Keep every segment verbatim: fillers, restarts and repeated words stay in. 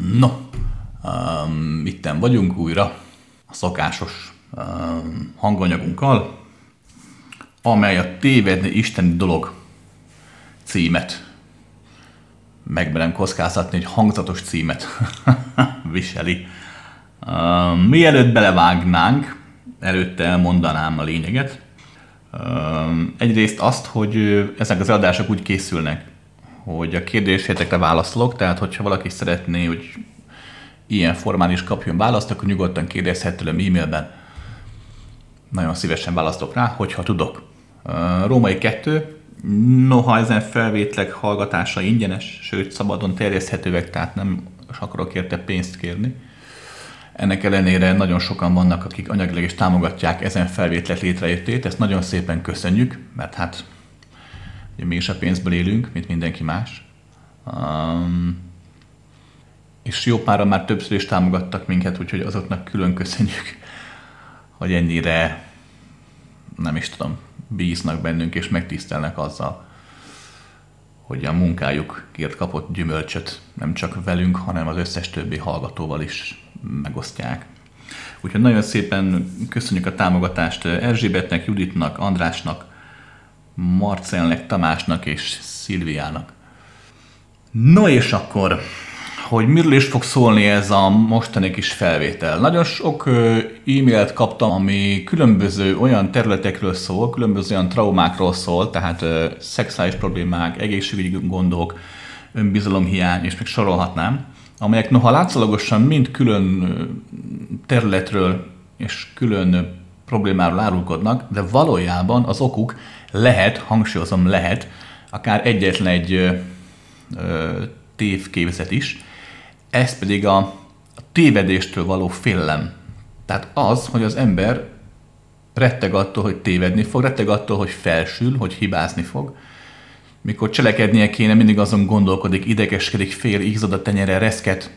No, um, itten vagyunk újra a szokásos um, hanganyagunkkal, amely a tévedni isteni dolog címet, megmerem kockáztatni, egy hangzatos címet viseli. Um, mielőtt belevágnánk, előtte elmondanám a lényeget. Um, egyrészt azt, hogy ezek az adások úgy készülnek, hogy a kérdésétekre válaszolok, tehát hogyha valaki szeretné, hogy ilyen formán is kapjon választ, akkor nyugodtan kérdezhet tőlem e-mailben. Nagyon szívesen választok rá, hogyha tudok. Uh, Római kettő, noha ezen felvételek hallgatása ingyenes, sőt szabadon terjeszthetőek, tehát nem akarok érte pénzt kérni. Ennek ellenére nagyon sokan vannak, akik anyagilag is támogatják ezen felvételek létrejöttét, ezt nagyon szépen köszönjük, mert hát ugye mi is a pénzből élünk, mint mindenki más. Um, és jó páran már többször is támogattak minket, úgyhogy azoknak külön köszönjük, hogy ennyire, nem is tudom, bíznak bennünk és megtisztelnek azzal, hogy a munkájukért kapott gyümölcsöt nem csak velünk, hanem az összes többi hallgatóval is megosztják. Úgyhogy nagyon szépen köszönjük a támogatást Erzsébetnek, Juditnak, Andrásnak, Marcelnek, Tamásnak és Szilviának. No és akkor, hogy miről is fog szólni ez a mostani kis felvétel. Nagyon sok e-mailt kaptam, ami különböző olyan területekről szól, különböző olyan traumákról szól, tehát szexuális problémák, egészségügyi gondok, önbizalomhiány, és még sorolhatnám, amelyek noha látszólagosan mind külön területről és külön problémáról árulkodnak, de valójában az okuk lehet, hangsúlyozom lehet, akár egyetlen egy ö, tévképzet is, ez pedig a, a tévedéstől való félelem. Tehát az, hogy az ember retteg attól, hogy tévedni fog, retteg attól, hogy felsül, hogy hibázni fog. Mikor cselekednie kéne, mindig azon gondolkodik, idegeskedik, fél, ízad a tenyere, reszket.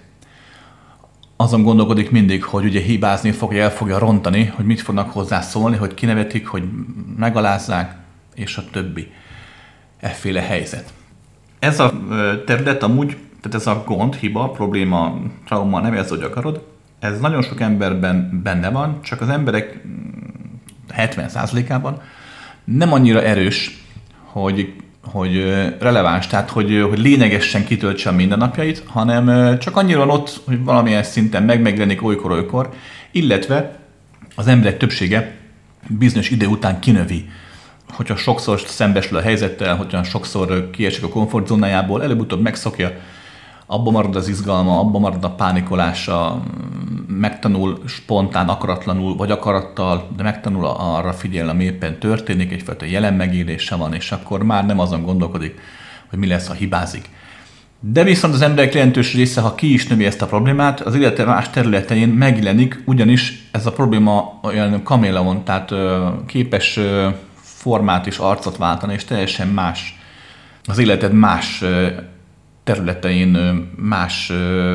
Azon gondolkodik mindig, hogy ugye hibázni fog, hogy el fogja rontani, hogy mit fognak hozzá szólni, hogy kinevetik, hogy megalázzák, és a többi. Efféle helyzet. Ez a terület amúgy, tehát ez a gond, hiba, probléma, trauma, nevezd, hogy akarod, ez nagyon sok emberben benne van, csak az emberek hetven százalékában nem annyira erős, hogy, hogy releváns, tehát hogy, hogy lényegesen kitöltse a mindennapjait, hanem csak annyira van ott, hogy valamilyen szinten meg megjelenik olykor-olykor, illetve az emberek többsége bizonyos idő után kinövi. Hogyha sokszor szembesül a helyzettel, hogyha sokszor kiesik a komfortzónájából, előbb-utóbb megszokja, abba marad az izgalma, abba marad a pánikolása, megtanul spontán, akaratlanul, vagy akarattal, de megtanul arra figyelni, ami éppen történik, egyfajta jelen megélése van, és akkor már nem azon gondolkodik, hogy mi lesz, ha hibázik. De viszont az emberek jelentős része, ha ki is növi ezt a problémát, az élete más területein megjelenik, ugyanis ez a probléma olyan kaméleon, tehát képes formát és arcot váltani, és teljesen más, az életed más területein, más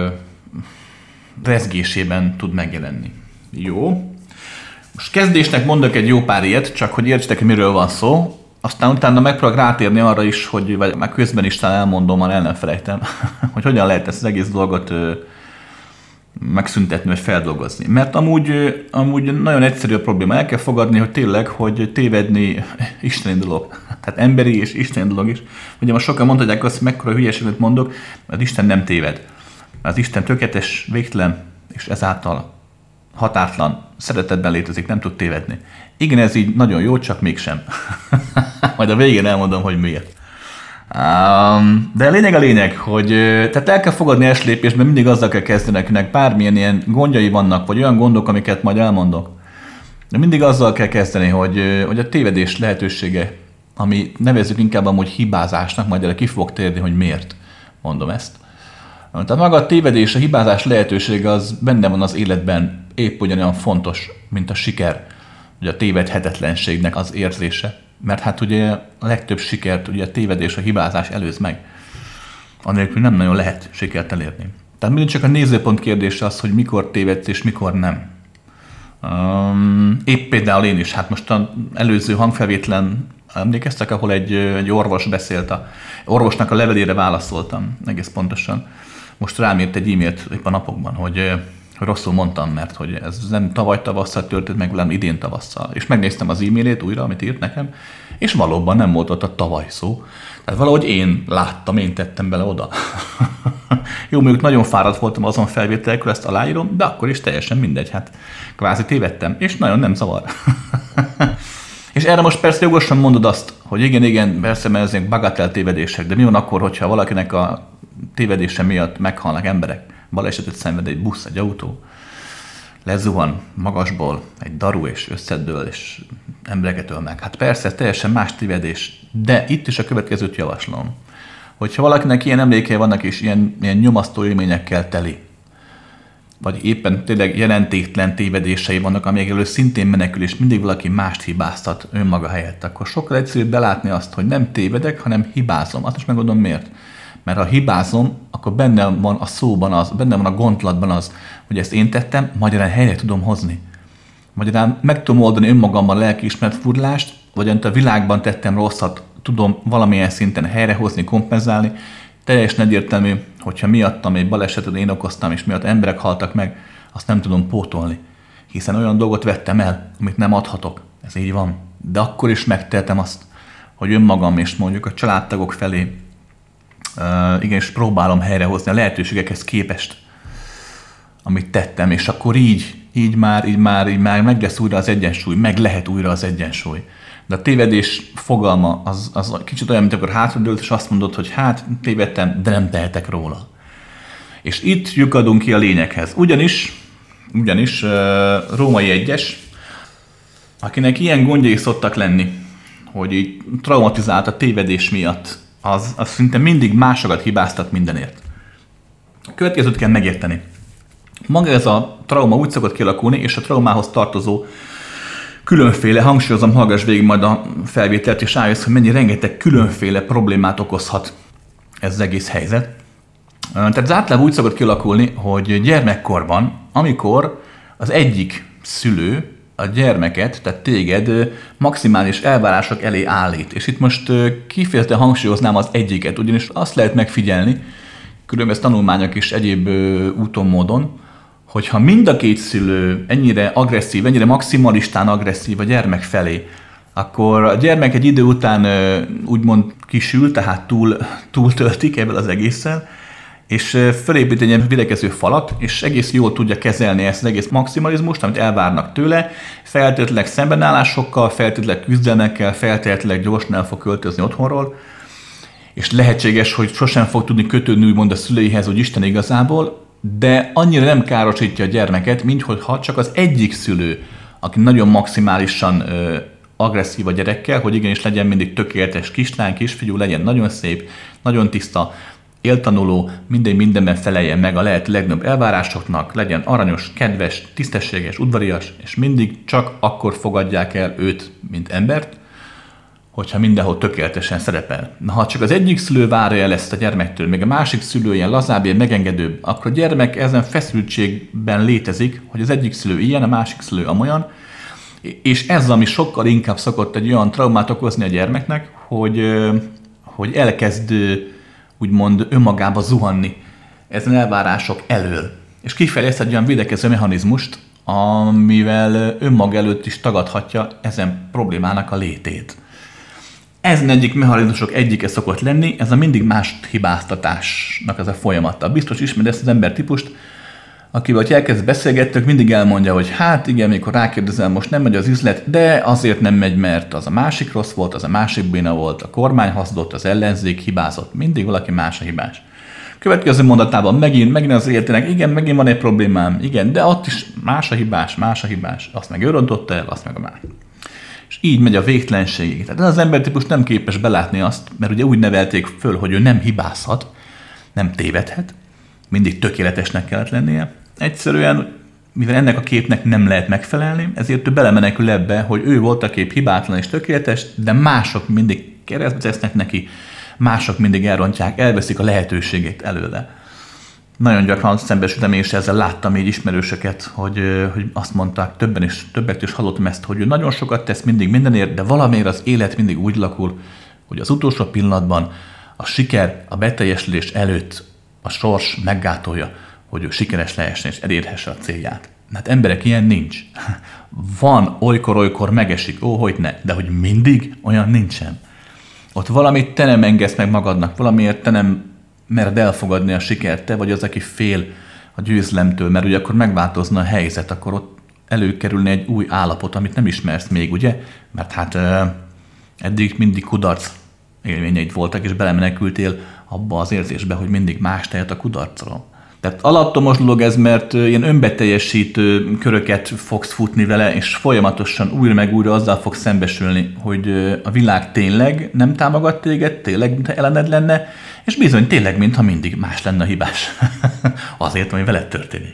rezgésében tud megjelenni. Jó. Most kezdésnek mondok egy jó pár ilyet, csak hogy értsetek, hogy miről van szó. Aztán utána megpróbálok rátérni arra is, hogy vagy már közben is talán elmondom, már el nem felejtem, hogy hogyan lehet ezt az egész dolgot megszüntetni, vagy feldolgozni. Mert amúgy, amúgy nagyon egyszerű a probléma. El kell fogadni, hogy tényleg, hogy tévedni isteni dolog. Tehát emberi és isteni dolog is. Ugye most sokan mondhatják azt, hogy mekkora hülyeséget mondok, mert Isten nem téved. Az Isten tökéletes, végtelen, és ezáltal határtlan, szeretetben létezik, nem tud tévedni. Igen, ez így nagyon jó, csak mégsem. Majd a végén elmondom, hogy miért. Um, de a lényeg a lényeg, hogy tehát el kell fogadni első lépésben, mindig azzal kell kezdeni, akinek bármilyen ilyen gondjai vannak, vagy olyan gondok, amiket majd elmondok. De mindig azzal kell kezdeni, hogy, hogy a tévedés lehetősége, ami nevezzük inkább amúgy hibázásnak, majd erre ki fogok térni, hogy miért mondom ezt. Tehát maga a tévedés, a hibázás lehetősége az benne van az életben épp ugyanolyan fontos, mint a siker, ugye a tévedhetetlenségnek az érzése. Mert hát ugye a legtöbb sikert ugye a tévedés, a hibázás előz meg. Anélkül nem nagyon lehet sikert elérni. Tehát mindig csak a nézőpont kérdése az, hogy mikor tévedsz és mikor nem. Um, épp például én is, hát most az előző hangfelvétlen Emlékeztek, ahol egy, egy orvos beszélt, a orvosnak a levelére válaszoltam, egész pontosan. Most rám írt egy e-mailt épp a napokban, hogy, hogy rosszul mondtam, mert hogy ez nem tavaly tavasszal történt meg velem, idén tavasszal. És megnéztem az e-mailét újra, amit írt nekem, és valóban nem volt ott a tavaly szó. Tehát valahogy én láttam, én tettem bele oda. Jó, mondjuk nagyon fáradt voltam azon felvételekről, ezt aláírom, de akkor is teljesen mindegy, hát kvázi tévedtem, és nagyon nem zavar. És erre most persze jogosan mondod azt, hogy igen, igen, persze, mert ezek bagatel tévedések, de mi van akkor, hogyha valakinek a tévedése miatt meghalnak emberek, balesetet szenved egy busz, egy autó, lezuhan magasból egy daru, és összedől, és embereket öl meg. Hát persze, ez teljesen más tévedés, de itt is a következőt javaslom. Hogyha valakinek ilyen emlékei vannak, és ilyen, ilyen nyomasztó élményekkel teli, vagy éppen tényleg jelentéktlen tévedései vannak, amelyek elől szintén menekül, és mindig valaki mást hibáztat önmaga helyett, akkor sokkal egyszerűbb belátni azt, hogy nem tévedek, hanem hibázom. Azt is megmondom miért. Mert ha hibázom, akkor benne van a szóban az, benne van a gondolatban az, hogy ezt én tettem, magyarán helyre tudom hozni. Magyarán meg tudom oldani önmagamban a lelkiismeret furlást, vagy a világban tettem rosszat, tudom valamilyen szinten helyrehozni, kompenzálni. Teljesen egyértelmű, hogyha miattam egy balesetet én okoztam, és miatt emberek haltak meg, azt nem tudom pótolni. Hiszen olyan dolgot vettem el, amit nem adhatok. Ez így van. De akkor is megtehetem azt, hogy önmagam és mondjuk a családtagok felé uh, igenis próbálom helyrehozni a lehetőségekhez képest, amit tettem, és akkor így, így már, így már, így már meg lesz újra az egyensúly, meg lehet újra az egyensúly. De a tévedés fogalma az, az kicsit olyan, mint akkor hátradőlt, és azt mondod, hogy hát tévedtem, de nem tehetek róla. És itt lyukadunk ki a lényeghez. Ugyanis, ugyanis uh, Római egyes, akinek ilyen gondjai szoktak lenni, hogy így traumatizált a tévedés miatt, az, az szinte mindig másokat hibáztat mindenért. A következőt kell megérteni. Maga ez a trauma úgy szokott kialakulni, és a traumához tartozó különféle, hangsúlyozom, hallgass végig majd a felvételt, és rájössz, hogy mennyi rengeteg különféle problémát okozhat ez az egész helyzet. Tehát az általában úgy szokott kialakulni, hogy gyermekkorban, amikor az egyik szülő a gyermeket, tehát téged maximális elvárások elé állít. És itt most kifejezetten hangsúlyoznám az egyiket, ugyanis azt lehet megfigyelni, különböző tanulmányok is egyéb úton, módon, hogyha mind a két szülő ennyire agresszív, ennyire maximalistán agresszív a gyermek felé, akkor a gyermek egy idő után úgymond kisül, tehát túl, túl töltik ebből az egésszel, és felépít egy ilyen védekező falat, és egész jól tudja kezelni ezt az egész maximalizmust, amit elvárnak tőle, feltétlenleg szembenállásokkal, feltétlenleg küzdelmekkel, feltétlenleg gyorsan el fog költözni otthonról, és lehetséges, hogy sosem fog tudni kötődni úgymond a szüleihez, hogy Isten igazából, de annyira nem károsítja a gyermeket, mint hogyha csak az egyik szülő, aki nagyon maximálisan ö, agresszív a gyerekkel, hogy igenis legyen mindig tökéletes kislány, kisfiú, legyen nagyon szép, nagyon tiszta, éltanuló, minden mindenben feleljen meg a lehető legnagyobb elvárásoknak, legyen aranyos, kedves, tisztességes, udvarias, és mindig csak akkor fogadják el őt, mint embert, hogyha mindenhol tökéletesen szerepel. Na, ha csak az egyik szülő várja el ezt a gyermektől, még a másik szülő ilyen lazább, ilyen megengedőbb, akkor a gyermek ezen feszültségben létezik, hogy az egyik szülő ilyen, a másik szülő amolyan, és ez, ami sokkal inkább szokott egy olyan traumát okozni a gyermeknek, hogy, hogy elkezd úgymond önmagába zuhanni ezen elvárások elől. És kifejleszt egy olyan védekező mechanizmust, amivel önmaga előtt is tagadhatja ezen problémának a létét. Ezen egyik mechanizmusok egyike szokott lenni, ez a mindig más hibáztatásnak ez a folyamata. Biztos ismered ezt az embertípust, akivel, hogy elkezd beszélgettük, mindig elmondja, hogy hát igen, amikor rákérdezel, most nem megy az üzlet, de azért nem megy, mert az a másik rossz volt, az a másik béna volt, a kormány hazdott, az ellenzék hibázott, mindig valaki más a hibás. Következő mondatában megint, megint az életének, igen, megint van egy problémám, igen, de ott is más a hibás, más a hibás, azt meg ő rontotta el, azt meg a más. És így megy a végtelenségig. Tehát ez az embertípus nem képes belátni azt, mert ugye úgy nevelték föl, hogy ő nem hibázhat, nem tévedhet, mindig tökéletesnek kellett lennie. Egyszerűen, mivel ennek a képnek nem lehet megfelelni, ezért ő belemenekül ebbe, hogy ő volt a kép hibátlan és tökéletes, de mások mindig keresztbe tesznek neki, mások mindig elrontják, elveszik a lehetőségét előle. Nagyon gyakran szembesültem és ezzel láttam így ismerősöket, hogy, hogy azt mondták, többen is, többektől is hallottam ezt, hogy ő nagyon sokat tesz mindig mindenért, de valamiért az élet mindig úgy lakul, hogy az utolsó pillanatban a siker, a beteljesülés előtt a sors meggátolja, hogy ő sikeres lehessen és elérhesse a célját. Hát emberek, ilyen nincs. Van, olykor-olykor megesik, ó, hogy ne, de hogy mindig olyan nincsen. Ott valamit te nem engedsz meg magadnak, valamiért te nem mered elfogadni a sikert, te vagy az, aki fél a győzlemtől, mert ugye akkor megváltozna a helyzet, akkor ott előkerülne egy új állapot, amit nem ismersz még, ugye? Mert hát eddig mindig kudarc élményeid voltak, és belemenekültél abba az érzésbe, hogy mindig más tehet a kudarcról. Tehát alattomos dolog ez, mert ilyen önbeteljesítő köröket fogsz futni vele, és folyamatosan újra meg újra azzal fogsz szembesülni, hogy a világ tényleg nem támogat téged, tényleg, mintha ellened lenne, és bizony tényleg, mintha mindig más lenne a hibás. Azért, ami veled történik.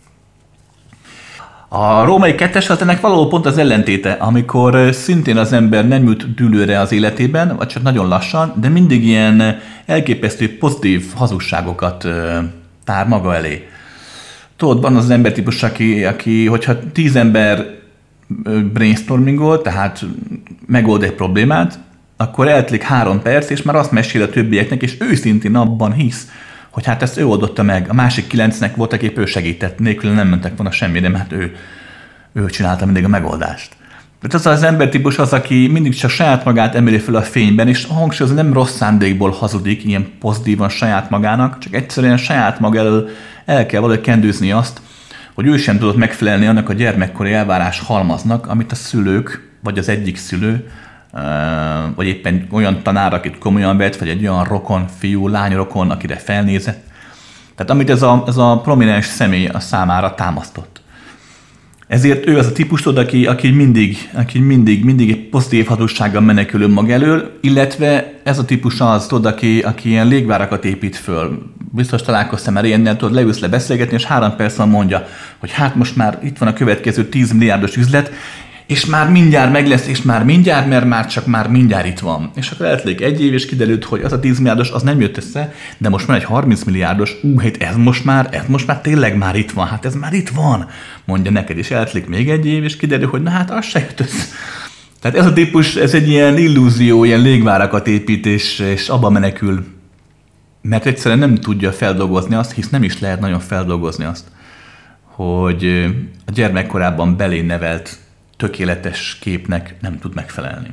A római kettes az ennek valahol pont az ellentéte, amikor szintén az ember nem jut dűlőre az életében, vagy csak nagyon lassan, de mindig ilyen elképesztő pozitív hazugságokat tár maga elé. Tudod, van az embertípus, aki, aki hogyha tíz ember brainstormingol, tehát megold egy problémát, akkor eltelik három perc, és már azt mesél a többieknek, és őszintén abban hisz, hogy hát ezt ő oldotta meg, a másik kilencnek voltak épp ő segített, nélkül nem mentek volna semmire, mert ő, ő csinálta mindig a megoldást. Tehát az az embertípus az, aki mindig csak saját magát emeli fel a fényben, és hangsúlyozza, nem rossz szándékból hazudik, ilyen pozitívan saját magának, csak egyszerűen saját maga elől el kell valahogy kendőzni azt, hogy ő sem tudott megfelelni annak a gyermekkori elvárás halmaznak, amit a szülők, vagy az egyik szülő, vagy éppen olyan tanár, akit komolyan vett, vagy egy olyan rokon, fiú, lány rokon, akire felnézett. Tehát amit ez a, ez a prominens személy a számára támasztott. Ezért ő az a típus, tudod, aki, aki mindig, aki mindig, mindig egy pozitív hatósággal menekül önmaga elől, illetve ez a típus az, tudod, aki, aki ilyen légvárakat épít föl. Biztos találkoztam már ilyennel, tudod, leülsz le beszélgetni, és három percben mondja, hogy hát most már itt van a következő tíz milliárdos üzlet, és már mindjárt meg lesz, és már mindjárt, mert már csak már mindjárt itt van. És akkor eltelik egy év, és kiderült, hogy az a tíz milliárdos, az nem jött össze, de most már egy harminc milliárdos, ú, hát ez most már, ez most már tényleg már itt van, hát ez már itt van, mondja neked, és eltelik még egy év, és kiderül, hogy na hát az se jött össze. Tehát ez a típus, ez egy ilyen illúzió, ilyen légvárakat épít, és, és abba menekül, mert egyszerűen nem tudja feldolgozni azt, hisz nem is lehet nagyon feldolgozni azt, hogy a gyermekkorában belé nevelt tökéletes képnek nem tud megfelelni.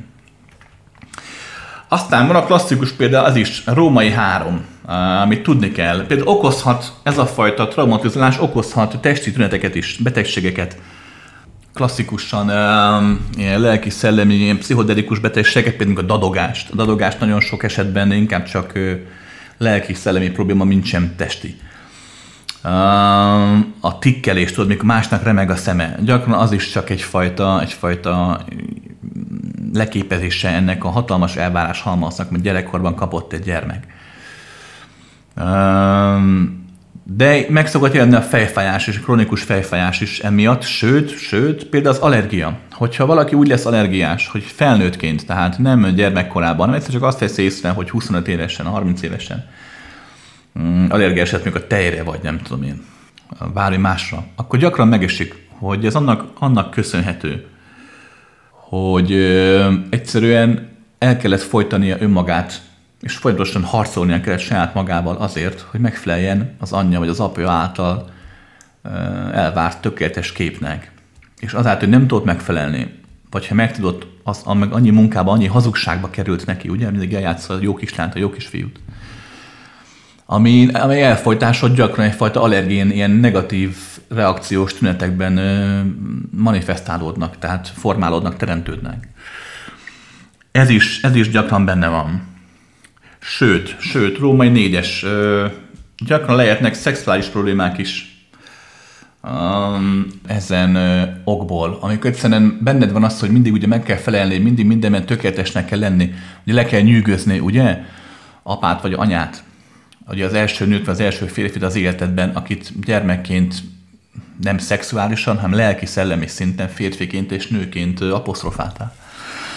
Aztán van a klasszikus példa, az is római három, amit tudni kell. Például okozhat, ez a fajta traumatizálás okozhat testi tüneteket is, betegségeket. Klasszikusan ilyen lelki-szellemi, ilyen pszichodelikus betegségek, például a dadogást. A dadogást nagyon sok esetben inkább csak lelki-szellemi probléma, mint sem testi. A tikkelés, tudod, mikor másnak remeg a szeme. Gyakran az is csak egyfajta, egyfajta leképezése ennek a hatalmas elvárás halmaznak, mert gyerekkorban kapott egy gyermek. De meg szokott jelenni a fejfájás és a kronikus fejfájás is emiatt, sőt, sőt, például az allergia. Hogyha valaki úgy lesz allergiás, hogy felnőttként, tehát nem gyermekkorában, nem egyszer csak azt vesz észre, hogy huszonöt évesen, harminc évesen allergiás lett még a tejre, vagy nem tudom én, bármi másra, akkor gyakran megesik, hogy ez annak, annak köszönhető, hogy ö, egyszerűen el kellett folytania önmagát, és folyamatosan harcolnia kellett saját magával azért, hogy megfeleljen az anyja vagy az apja által ö, elvárt tökéletes képnek. És azáltal, hogy nem tudott megfelelni, vagy ha megtudott, az, meg annyi munkába, annyi hazugságba került neki, ugye, mindig eljátsza a jó kislányt, a jó kisfiút. Ami, ami elfolytásod gyakran egyfajta allergén, ilyen negatív reakciós tünetekben ö, manifestálódnak, tehát formálódnak, teremtődnek. Ez is, ez is gyakran benne van. Sőt, sőt, római négyes, ö, gyakran lehetnek szexuális problémák is um, ezen ö, okból, amikor egyszerűen benned van az, hogy mindig ugye meg kell felelni, mindig mindenben tökéletesnek kell lenni, ugye le kell nyűgözni, ugye, apát vagy anyát. Ugye az első nőt, vagy az első férfit az életedben, akit gyermekként nem szexuálisan, hanem lelki-szellemi szinten férfiként és nőként apostrofáltál.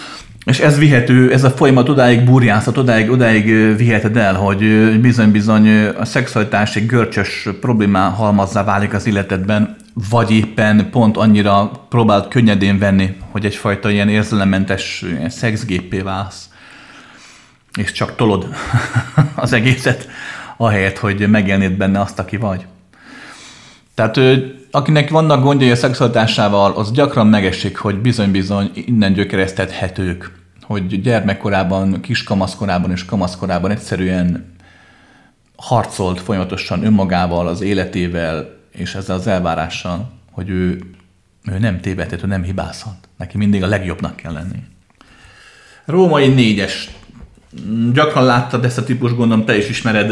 És ez vihető, ez a folyamat odáig burjánszat, odáig, odáig viheted el, hogy bizony-bizony a szexualitás egy görcsös problémá halmazzá válik az életedben, vagy éppen pont annyira próbáld könnyedén venni, hogy egyfajta ilyen érzelemmentes ilyen szexgéppé válsz, és csak tolod az egészet, ahelyett, hogy megélnéd benne azt, aki vagy. Tehát akinek vannak gondjai a szexualitásával, az gyakran megesik, hogy bizony-bizony innen gyökeresztethetők, hogy gyermekkorában, kiskamaszkorában és kamaszkorában egyszerűen harcolt folyamatosan önmagával, az életével és ezzel az elvárással, hogy ő, ő nem tévedhet, ő nem hibázhat. Neki mindig a legjobbnak kell lenni. Római négyes. Gyakran láttad ezt a típus, gondolom te is ismered,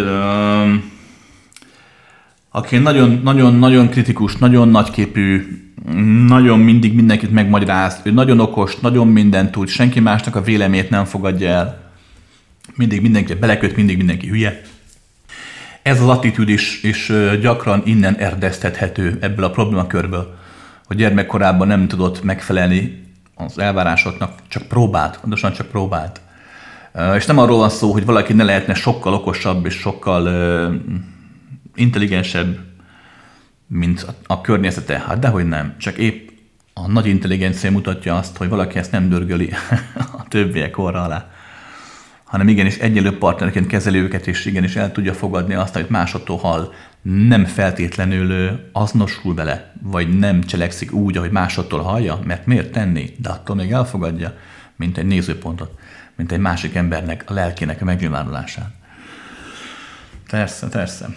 aki nagyon-nagyon kritikus, nagyon nagyképű, nagyon mindig mindenkit megmagyaráz, ő nagyon okos, nagyon mindent tud, senki másnak a véleményét nem fogadja el, mindig mindenki beleköt, mindig mindenki hülye. Ez az attitűd is, is gyakran innen erdeztethető ebből a problémakörből, hogy gyermekkorában nem tudott megfelelni az elvárásoknak, csak próbált, pontosan csak próbált. És nem arról van szó, hogy valaki ne lehetne sokkal okosabb és sokkal uh, intelligensebb, mint a, a környezete. Hát dehogy nem. Csak épp a nagy intelligencia mutatja azt, hogy valaki ezt nem dörgöli a többiek orra alá, hanem igenis egyenlő partnerként kezeli őket, és igenis el tudja fogadni azt, amit másodtól hall. Nem feltétlenül azonosul vele, vagy nem cselekszik úgy, ahogy másodtól hallja, mert miért tenni, de attól még elfogadja, mint egy nézőpontot, mint egy másik embernek, a lelkének a megnyilvánulását. Persze, persze.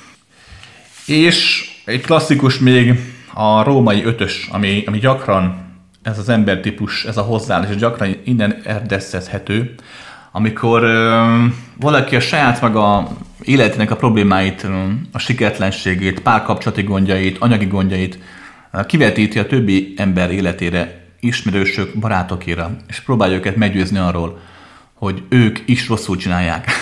És egy klasszikus még a római ötös, ami, ami gyakran ez az embertípus, ez a hozzáállás, és gyakran innen erdeztethető, amikor ö, valaki a saját maga életének a problémáit, a sikertelenségét, párkapcsolati gondjait, anyagi gondjait kivetíti a többi ember életére, ismerősök, barátokéra, és próbálja őket meggyőzni arról, hogy ők is rosszul csinálják.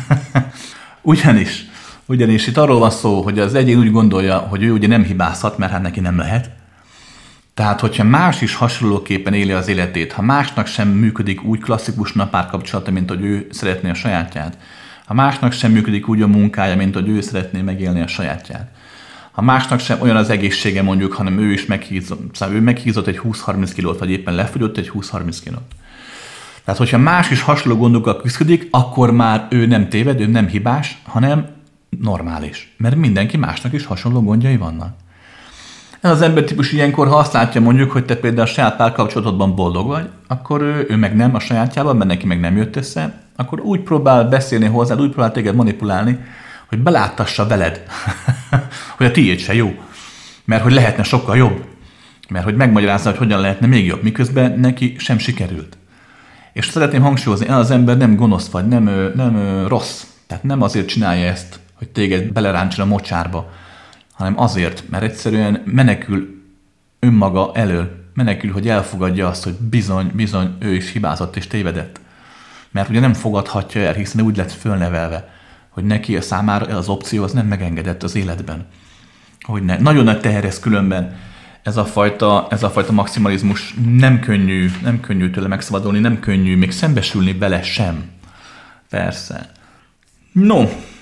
Ugyanis, ugyanis itt arról van szó, hogy az egyén úgy gondolja, hogy ő ugye nem hibázhat, mert hát neki nem lehet. Tehát, hogyha más is hasonlóképpen éli az életét, ha másnak sem működik úgy klasszikus párkapcsolata, mint hogy ő szeretné a sajátját, ha másnak sem működik úgy a munkája, mint hogy ő szeretné megélni a sajátját, ha másnak sem olyan az egészsége mondjuk, hanem ő is meghízott, szóval ő meghízott egy húsz-harminc kilót, vagy éppen lefogyott egy húsz-harminc kilót. Tehát, hogyha más is hasonló gondokkal küzdik, akkor már ő nem téved, ő nem hibás, hanem normális. Mert mindenki másnak is hasonló gondjai vannak. Ez az embertípus ilyenkor, ha azt látja mondjuk, hogy te például a saját párkapcsolatodban boldog vagy, akkor ő, ő meg nem a sajátjában, mert neki meg nem jött össze, akkor úgy próbál beszélni hozzád, úgy próbál téged manipulálni, hogy beláttassa veled, hogy a tiéd se jó. Mert hogy lehetne sokkal jobb. Mert hogy megmagyarázza, hogy hogyan lehetne még jobb, miközben neki sem sikerült. És szeretném hangsúlyozni, ez az ember nem gonosz vagy, nem, nem rossz. Tehát nem azért csinálja ezt, hogy téged beleráncson a mocsárba, hanem azért, mert egyszerűen menekül önmaga elől, menekül, hogy elfogadja azt, hogy bizony, bizony ő is hibázott és tévedett. Mert ugye nem fogadhatja el, hiszen úgy lett fölnevelve, hogy neki a számára ez az opció az nem megengedett az életben. Hogy ne. Nagyon nagy teher ez különben. Ez a fajta, ez a fajta maximalizmus nem könnyű, nem könnyű tőle megszabadulni, nem könnyű még szembesülni bele sem. Persze. No,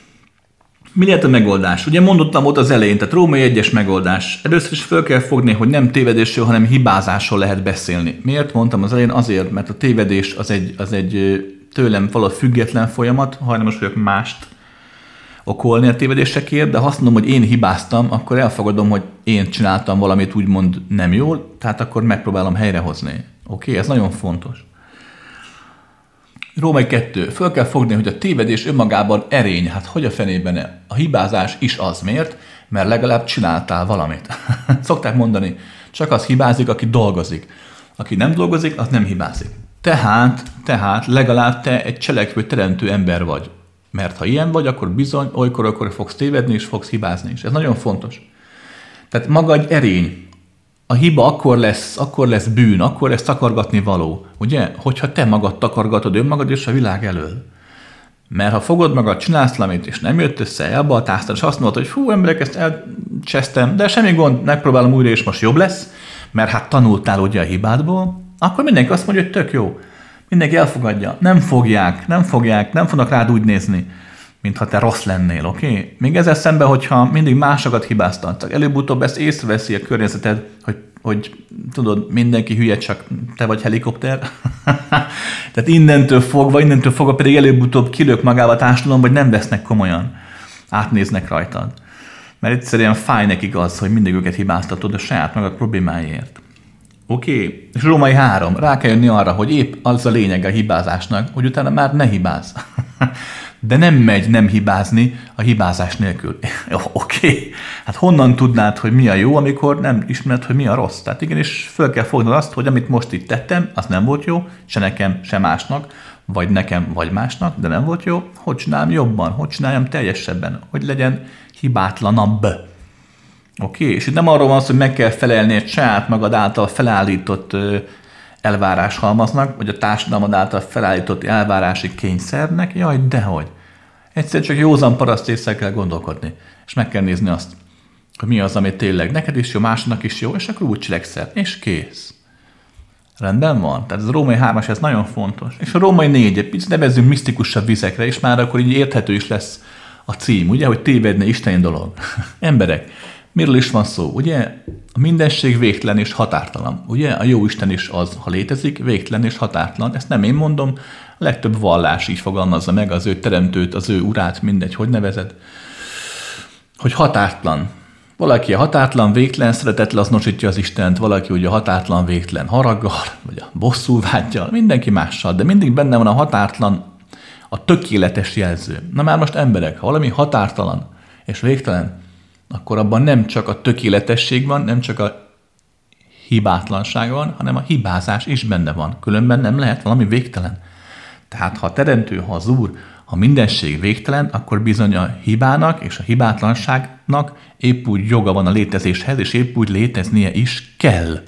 mi lehet a megoldás? Ugye mondottam ott az elején, tehát római egyes megoldás. Először is fel kell fogni, hogy nem tévedésről, hanem hibázásról lehet beszélni. Miért mondtam az elején? Azért, mert a tévedés az egy, az egy tőlem való független folyamat, hajlamos vagyok mást okolni a tévedésekért, de ha azt mondom, hogy én hibáztam, akkor elfogadom, hogy én csináltam valamit úgymond nem jól, tehát akkor megpróbálom helyrehozni. Oké, okay? Ez nagyon fontos. Római kettő. Föl kell fogni, hogy a tévedés önmagában erény. Hát hogy a fenében a hibázás is az. Miért? Mert legalább csináltál valamit. Szokták mondani, csak az hibázik, aki dolgozik. Aki nem dolgozik, az nem hibázik. Tehát, tehát legalább te egy cselekvő, teremtő ember vagy. Mert ha ilyen vagy, akkor bizony, olykor-olykor fogsz tévedni, és fogsz hibázni is. Ez nagyon fontos. Tehát maga egy erény. A hiba akkor lesz, akkor lesz bűn, akkor lesz takargatni való. Ugye? Hogyha te magad takargatod önmagad és a világ elől. Mert ha fogod magad, csinálsz valamit, és nem jött össze, elbaltáztad, és azt mondod, hogy fú, emberek, ezt elcsesztem, de semmi gond, megpróbálom újra, és most jobb lesz, mert hát tanultál ugye a hibádból, akkor mindenki azt mondja, hogy tök jó. Mindenki elfogadja. Nem fogják, nem fogják, nem fognak rád úgy nézni, mintha te rossz lennél, oké? Okay? Még ezzel szemben, hogyha mindig másokat hibáztatsz, előbb-utóbb ezt észreveszi a környezeted, hogy, hogy tudod, mindenki hülye, csak te vagy helikopter. Tehát innentől fogva, innentől fogva pedig előbb-utóbb kilök magába a társadalom, vagy nem vesznek komolyan. Átnéznek rajtad. Mert egyszerűen fáj nekik az, hogy mindig őket hibáztatod a saját magad problémáiért. Oké? Okay. És Római három. Rá kell jönni arra, hogy épp az a lényeg a hibázásnak, hogy utána már ne hibáz. De nem megy nem hibázni a hibázás nélkül. Oké. Okay. Hát honnan tudnád, hogy mi a jó, amikor nem ismered, hogy mi a rossz? Tehát igenis föl kell fognod azt, hogy amit most itt tettem, az nem volt jó, se nekem, se másnak, vagy nekem, vagy másnak, de nem volt jó. Hogy csináljam jobban? Hogy csináljam teljesebben? Hogy legyen hibátlanabb? Oké? Okay. És itt nem arról van szó, hogy meg kell felelni egy saját magad által felállított elváráshalmaznak, vagy a társadalmad által felállított elvárási kényszernek, jaj, dehogy. Egyszer csak józan paraszt észre kell gondolkodni, és meg kell nézni azt, hogy mi az, ami tényleg neked is jó, másnak is jó, és akkor úgy cselekszel, és kész. Rendben van? Tehát ez a Római hármas, ez nagyon fontos. És a Római négy, egy picit nevezzünk misztikusabb vizekre, és már akkor így érthető is lesz a cím, ugye, hogy tévedne isteni dolog. Emberek, miről is van szó? Ugye a mindenség végtelen és határtalan. Ugye a jó Isten is az, ha létezik, végtelen és határtalan. Ezt nem én mondom, a legtöbb vallás így fogalmazza meg az ő teremtőt, az ő urát, mindegy, hogy nevezed, hogy határtalan. Valaki a határtalan, végtelen szeretettel azonosítja az Istent, valaki ugye a határtalan, végtelen haraggal, vagy a bosszúvággyal, mindenki mással, de mindig benne van a határtalan, a tökéletes jelző. Na már most emberek, ha valami határtalan és végtelen, akkor abban nem csak a tökéletesség van, nem csak a hibátlanság van, hanem a hibázás is benne van. Különben nem lehet valami végtelen. Tehát ha a teremtő, ha az Úr, ha mindenség végtelen, akkor bizony a hibának és a hibátlanságnak épp úgy joga van a létezéshez, és épp úgy léteznie is kell.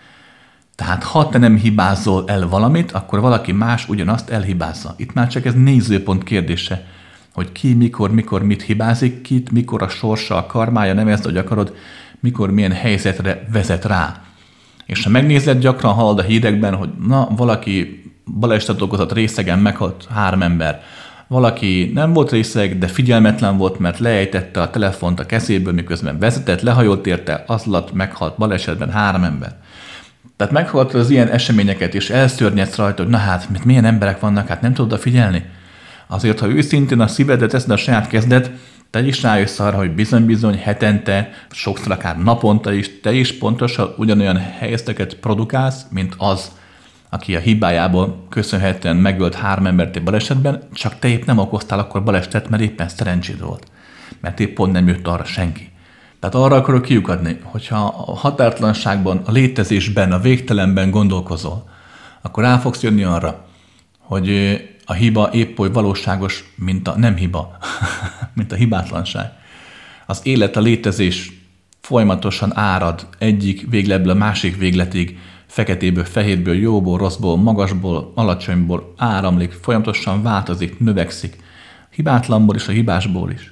Tehát ha te nem hibázol el valamit, akkor valaki más ugyanazt elhibázza. Itt már csak ez nézőpont kérdése, hogy ki, mikor, mikor mit hibázik, kit, mikor a sorsa, a karmája, nevezd, hogy akarod, mikor milyen helyzetre vezet rá. És ha megnézed, gyakran hallod a hírekben, hogy na, valaki balesetet okozott, részegen meghalt három ember. Valaki nem volt részeg, de figyelmetlen volt, mert leejtette a telefont a kezéből, miközben vezetett, lehajolt érte, az alatt meghalt balesetben három ember. Tehát meghallgatod az ilyen eseményeket, és elszörnyedsz rajta, hogy na hát, mit, milyen emberek vannak, hát nem tudod figyelni. Azért, ha őszintén a szívedet teszed a saját kezdet, te is rájössz arra, hogy bizony-bizony hetente, sokszor akár naponta is, te is pontosan ugyanolyan helyzeteket produkálsz, mint az, aki a hibájából köszönhetően megölt három embert egy balesetben, csak te épp nem okoztál akkor balesetet, mert éppen szerencséd volt. Mert épp pont nem jött arra senki. Tehát arra akarok kiukadni, hogyha a határtalanságban, a létezésben, a végtelenben gondolkozol, akkor rá fogsz jönni arra, hogy a hiba épp oly valóságos, mint a nem hiba, mint a hibátlanság. Az élet, a létezés folyamatosan árad egyik végletből a másik végletig, feketéből, fehérből, jóból, rosszból, magasból, alacsonyból áramlik, folyamatosan változik, növekszik. Hibátlanból és a hibásból is.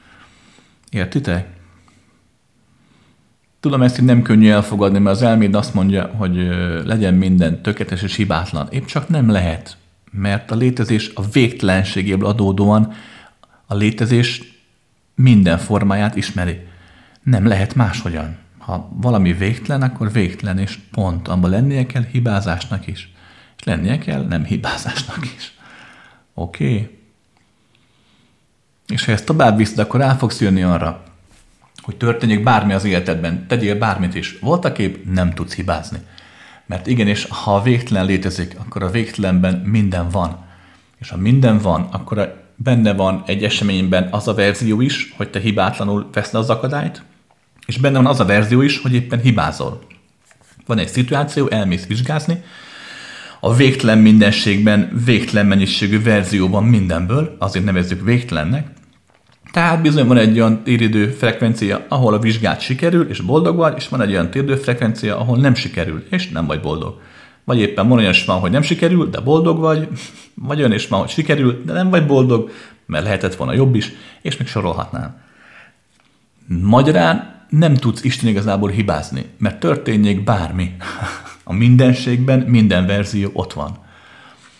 Értitek? Tudom, ezt így nem könnyű elfogadni, mert az elméd azt mondja, hogy legyen minden tökéletes és hibátlan. Épp csak nem lehet, mert a létezés a végtelenségéből adódóan a létezés minden formáját ismeri. Nem lehet máshogyan. Ha valami végtelen, akkor végtelen, és pont. Abban lennie kell hibázásnak is. És lennie kell nem hibázásnak is. Oké? Okay. És ha ezt tovább viszed, akkor rá fogsz jönni arra, hogy történjék bármi az életedben, tegyél bármit is. Voltaképp nem tudsz hibázni. Mert igenis, ha a végtelen létezik, akkor a végtelenben minden van. És ha minden van, akkor benne van egy eseményben az a verzió is, hogy te hibátlanul veszed az akadályt, és benne van az a verzió is, hogy éppen hibázol. Van egy szituáció, elmész vizsgázni, a végtelen mindenségben, végtelen mennyiségű verzióban mindenből, azért nevezzük végtelennek. Tehát bizony van egy olyan téridő frekvencia, ahol a vizsgát sikerül, és boldog vagy, és van egy olyan téridő frekvencia, ahol nem sikerül, és nem vagy boldog. Vagy éppen van olyan is van, hogy nem sikerül, de boldog vagy, vagy olyan is van, hogy sikerül, de nem vagy boldog, mert lehetett volna jobb is, és még sorolhatnám. Magyarán nem tudsz Isten igazából hibázni, mert történjék bármi. A mindenségben minden verzió ott van.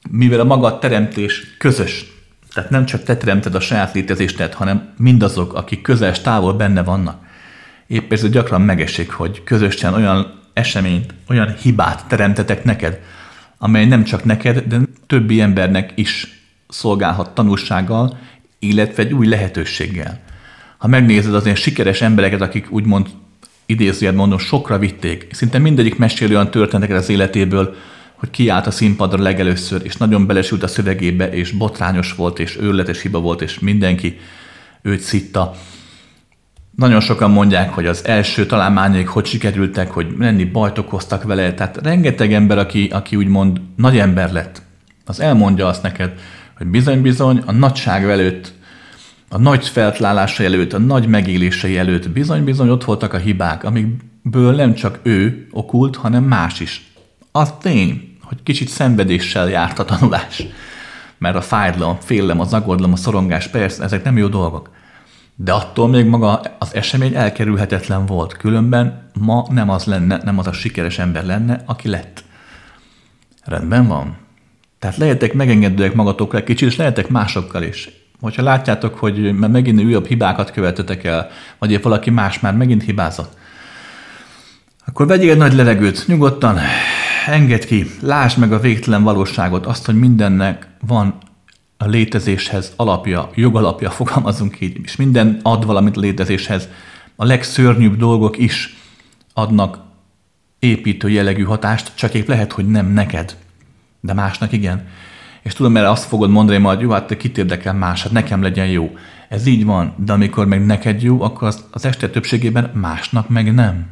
Mivel a maga teremtés közös, tehát nem csak te teremted a saját létezésted, hanem mindazok, akik közel távol benne vannak. Épp ezért gyakran megesik, hogy közösen olyan eseményt, olyan hibát teremtetek neked, amely nem csak neked, de többi embernek is szolgálhat tanulsággal, illetve egy új lehetőséggel. Ha megnézed az ilyen sikeres embereket, akik úgymond idézőjel mondom, sokra vitték, szinte mindegyik mesél olyan történeteket az életéből, hogy kiállt a színpadra legelőször, és nagyon belesült a szövegébe, és botrányos volt, és őrületes hiba volt, és mindenki őt szitta. Nagyon sokan mondják, hogy az első találmányaik hogy sikerültek, hogy lenni bajt okoztak vele. Tehát rengeteg ember, aki, aki úgymond nagy ember lett, az elmondja azt neked, hogy bizony-bizony a nagyság előtt, a nagy feltlálása előtt, a nagy megélései előtt bizony-bizony ott voltak a hibák, amikből nem csak ő okult, hanem más is. Az tény, hogy kicsit szenvedéssel járt a tanulás. Mert a fájdalom, a félelem, az aggodalom, a szorongás, persze, ezek nem jó dolgok. De attól még maga az esemény elkerülhetetlen volt. Különben ma nem az lenne, nem az a sikeres ember lenne, aki lett. Rendben van. Tehát lehetek megengedőek magatokra egy kicsit, és lehetek másokkal is. Hogyha látjátok, hogy már megint újabb hibákat követetek el, vagy épp valaki más már megint hibázott, akkor vegyél egy nagy levegőt, nyugodtan, engedd ki, lásd meg a végtelen valóságot, azt, hogy mindennek van a létezéshez alapja, jogalapja, fogalmazunk így, és minden ad valamit a létezéshez. A legszörnyűbb dolgok is adnak építő jellegű hatást, csak épp lehet, hogy nem neked, de másnak igen. És tudom, mert azt fogod mondani majd, jó, hát te kit érdekel más, hát nekem legyen jó. Ez így van, de amikor meg neked jó, akkor az, az este többségében másnak meg nem.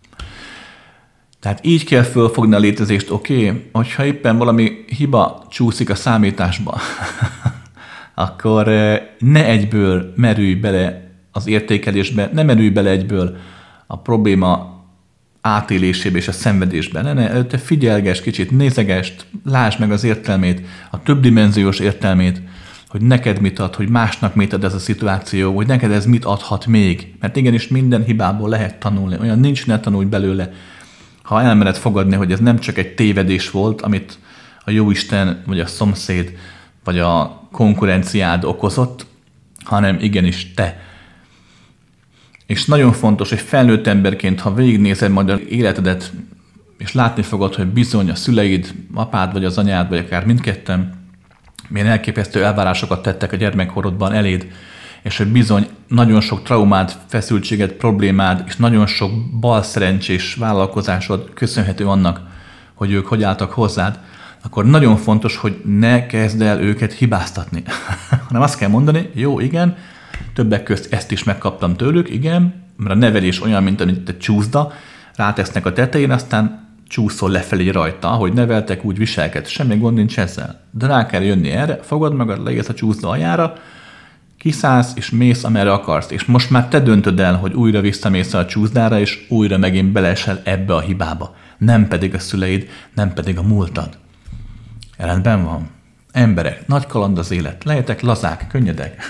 Tehát így kell fölfogni a létezést, oké, okay? Hogyha éppen valami hiba csúszik a számításba, akkor ne egyből merülj bele az értékelésbe, ne merülj bele egyből a probléma átélésébe és a szenvedésbe. Ne, ne, előtte figyelges, kicsit nézegest, lásd meg az értelmét, a többdimenziós értelmét, hogy neked mit ad, hogy másnak mit ad ez a szituáció, hogy neked ez mit adhat még. Mert igenis minden hibából lehet tanulni, olyan nincs, ne tanulj belőle. Ha elmered fogadni, hogy ez nem csak egy tévedés volt, amit a jóisten, vagy a szomszéd, vagy a konkurenciád okozott, hanem igenis te. És nagyon fontos, hogy felnőtt emberként, ha végignézed majd az életedet, és látni fogod, hogy bizony a szüleid, apád, vagy az anyád, vagy akár mindketten, milyen elképesztő elvárásokat tettek a gyermekkorodban eléd, és hogy bizony nagyon sok traumád, feszültséged, problémád, és nagyon sok balszerencsés vállalkozásod köszönhető annak, hogy ők hogy álltak hozzád, akkor nagyon fontos, hogy ne kezd el őket hibáztatni. Hanem azt kell mondani, jó, igen, többek közt ezt is megkaptam tőlük, igen, mert a nevelés olyan, mint amit egy csúszda, rátesznek a tetején, aztán csúszol lefelé rajta, ahogy neveltek, úgy viselkedsz, semmi gond nincs ezzel. De rá kell jönni erre, fogad magad, leégsz a csúszda aljára, kiszállsz, és mész, amerre akarsz. És most már te döntöd el, hogy újra visszamész a csúszdára, és újra megint beleesel ebbe a hibába. Nem pedig a szüleid, nem pedig a múltad. Rendben van. Emberek, nagy kaland az élet. Lehetek lazák, könnyedek.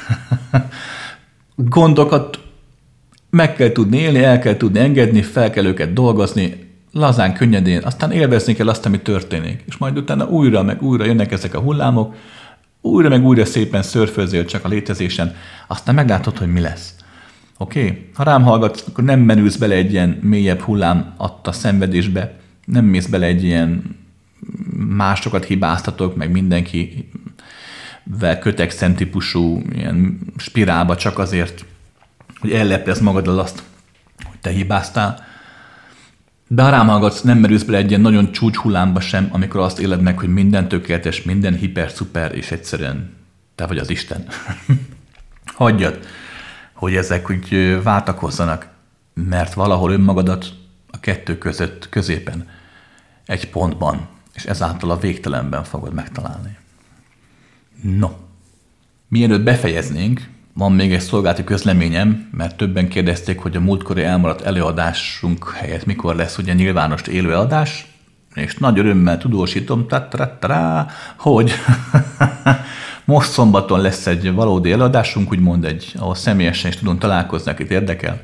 Gondokat meg kell tudni élni, el kell tudni engedni, fel kell őket dolgozni, lazán, könnyedén, aztán élvezni kell azt, ami történik. És majd utána újra, meg újra jönnek ezek a hullámok, újra meg újra szépen szörfőzél csak a létezésen, aztán meglátod, hogy mi lesz. Oké? Okay? Ha rám hallgatsz, akkor nem menülsz bele egy ilyen mélyebb hullám adta szenvedésbe, nem mész bele egy ilyen másokat hibáztatok, meg mindenkivel kötekszem típusú ilyen spirálba csak azért, hogy elleplezd magaddal azt, hogy te hibáztál. De ha rám hallgatsz, nem merülsz bele egy ilyen nagyon csúcs hullámba sem, amikor azt éled meg, hogy minden tökéletes, minden hiper-szuper, és egyszerűen te vagy az Isten. Hagyjad, hogy ezek úgy váltakozzanak, mert valahol önmagadat a kettő között, középen, egy pontban, és ezáltal a végtelenben fogod megtalálni. No, mielőtt befejeznénk, van még egy szolgálati közleményem, mert többen kérdezték, hogy a múltkori elmaradt előadásunk helyett mikor lesz ugye nyilvános élőadás, és nagy örömmel tudósítom, hogy most szombaton lesz egy valódi előadásunk, úgymond egy, ahol személyesen is tudunk találkozni, akit érdekel,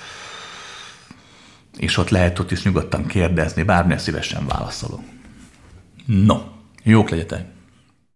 és ott lehet ott is nyugodtan kérdezni, bármilyen szívesen válaszolok. No, jók legyetek!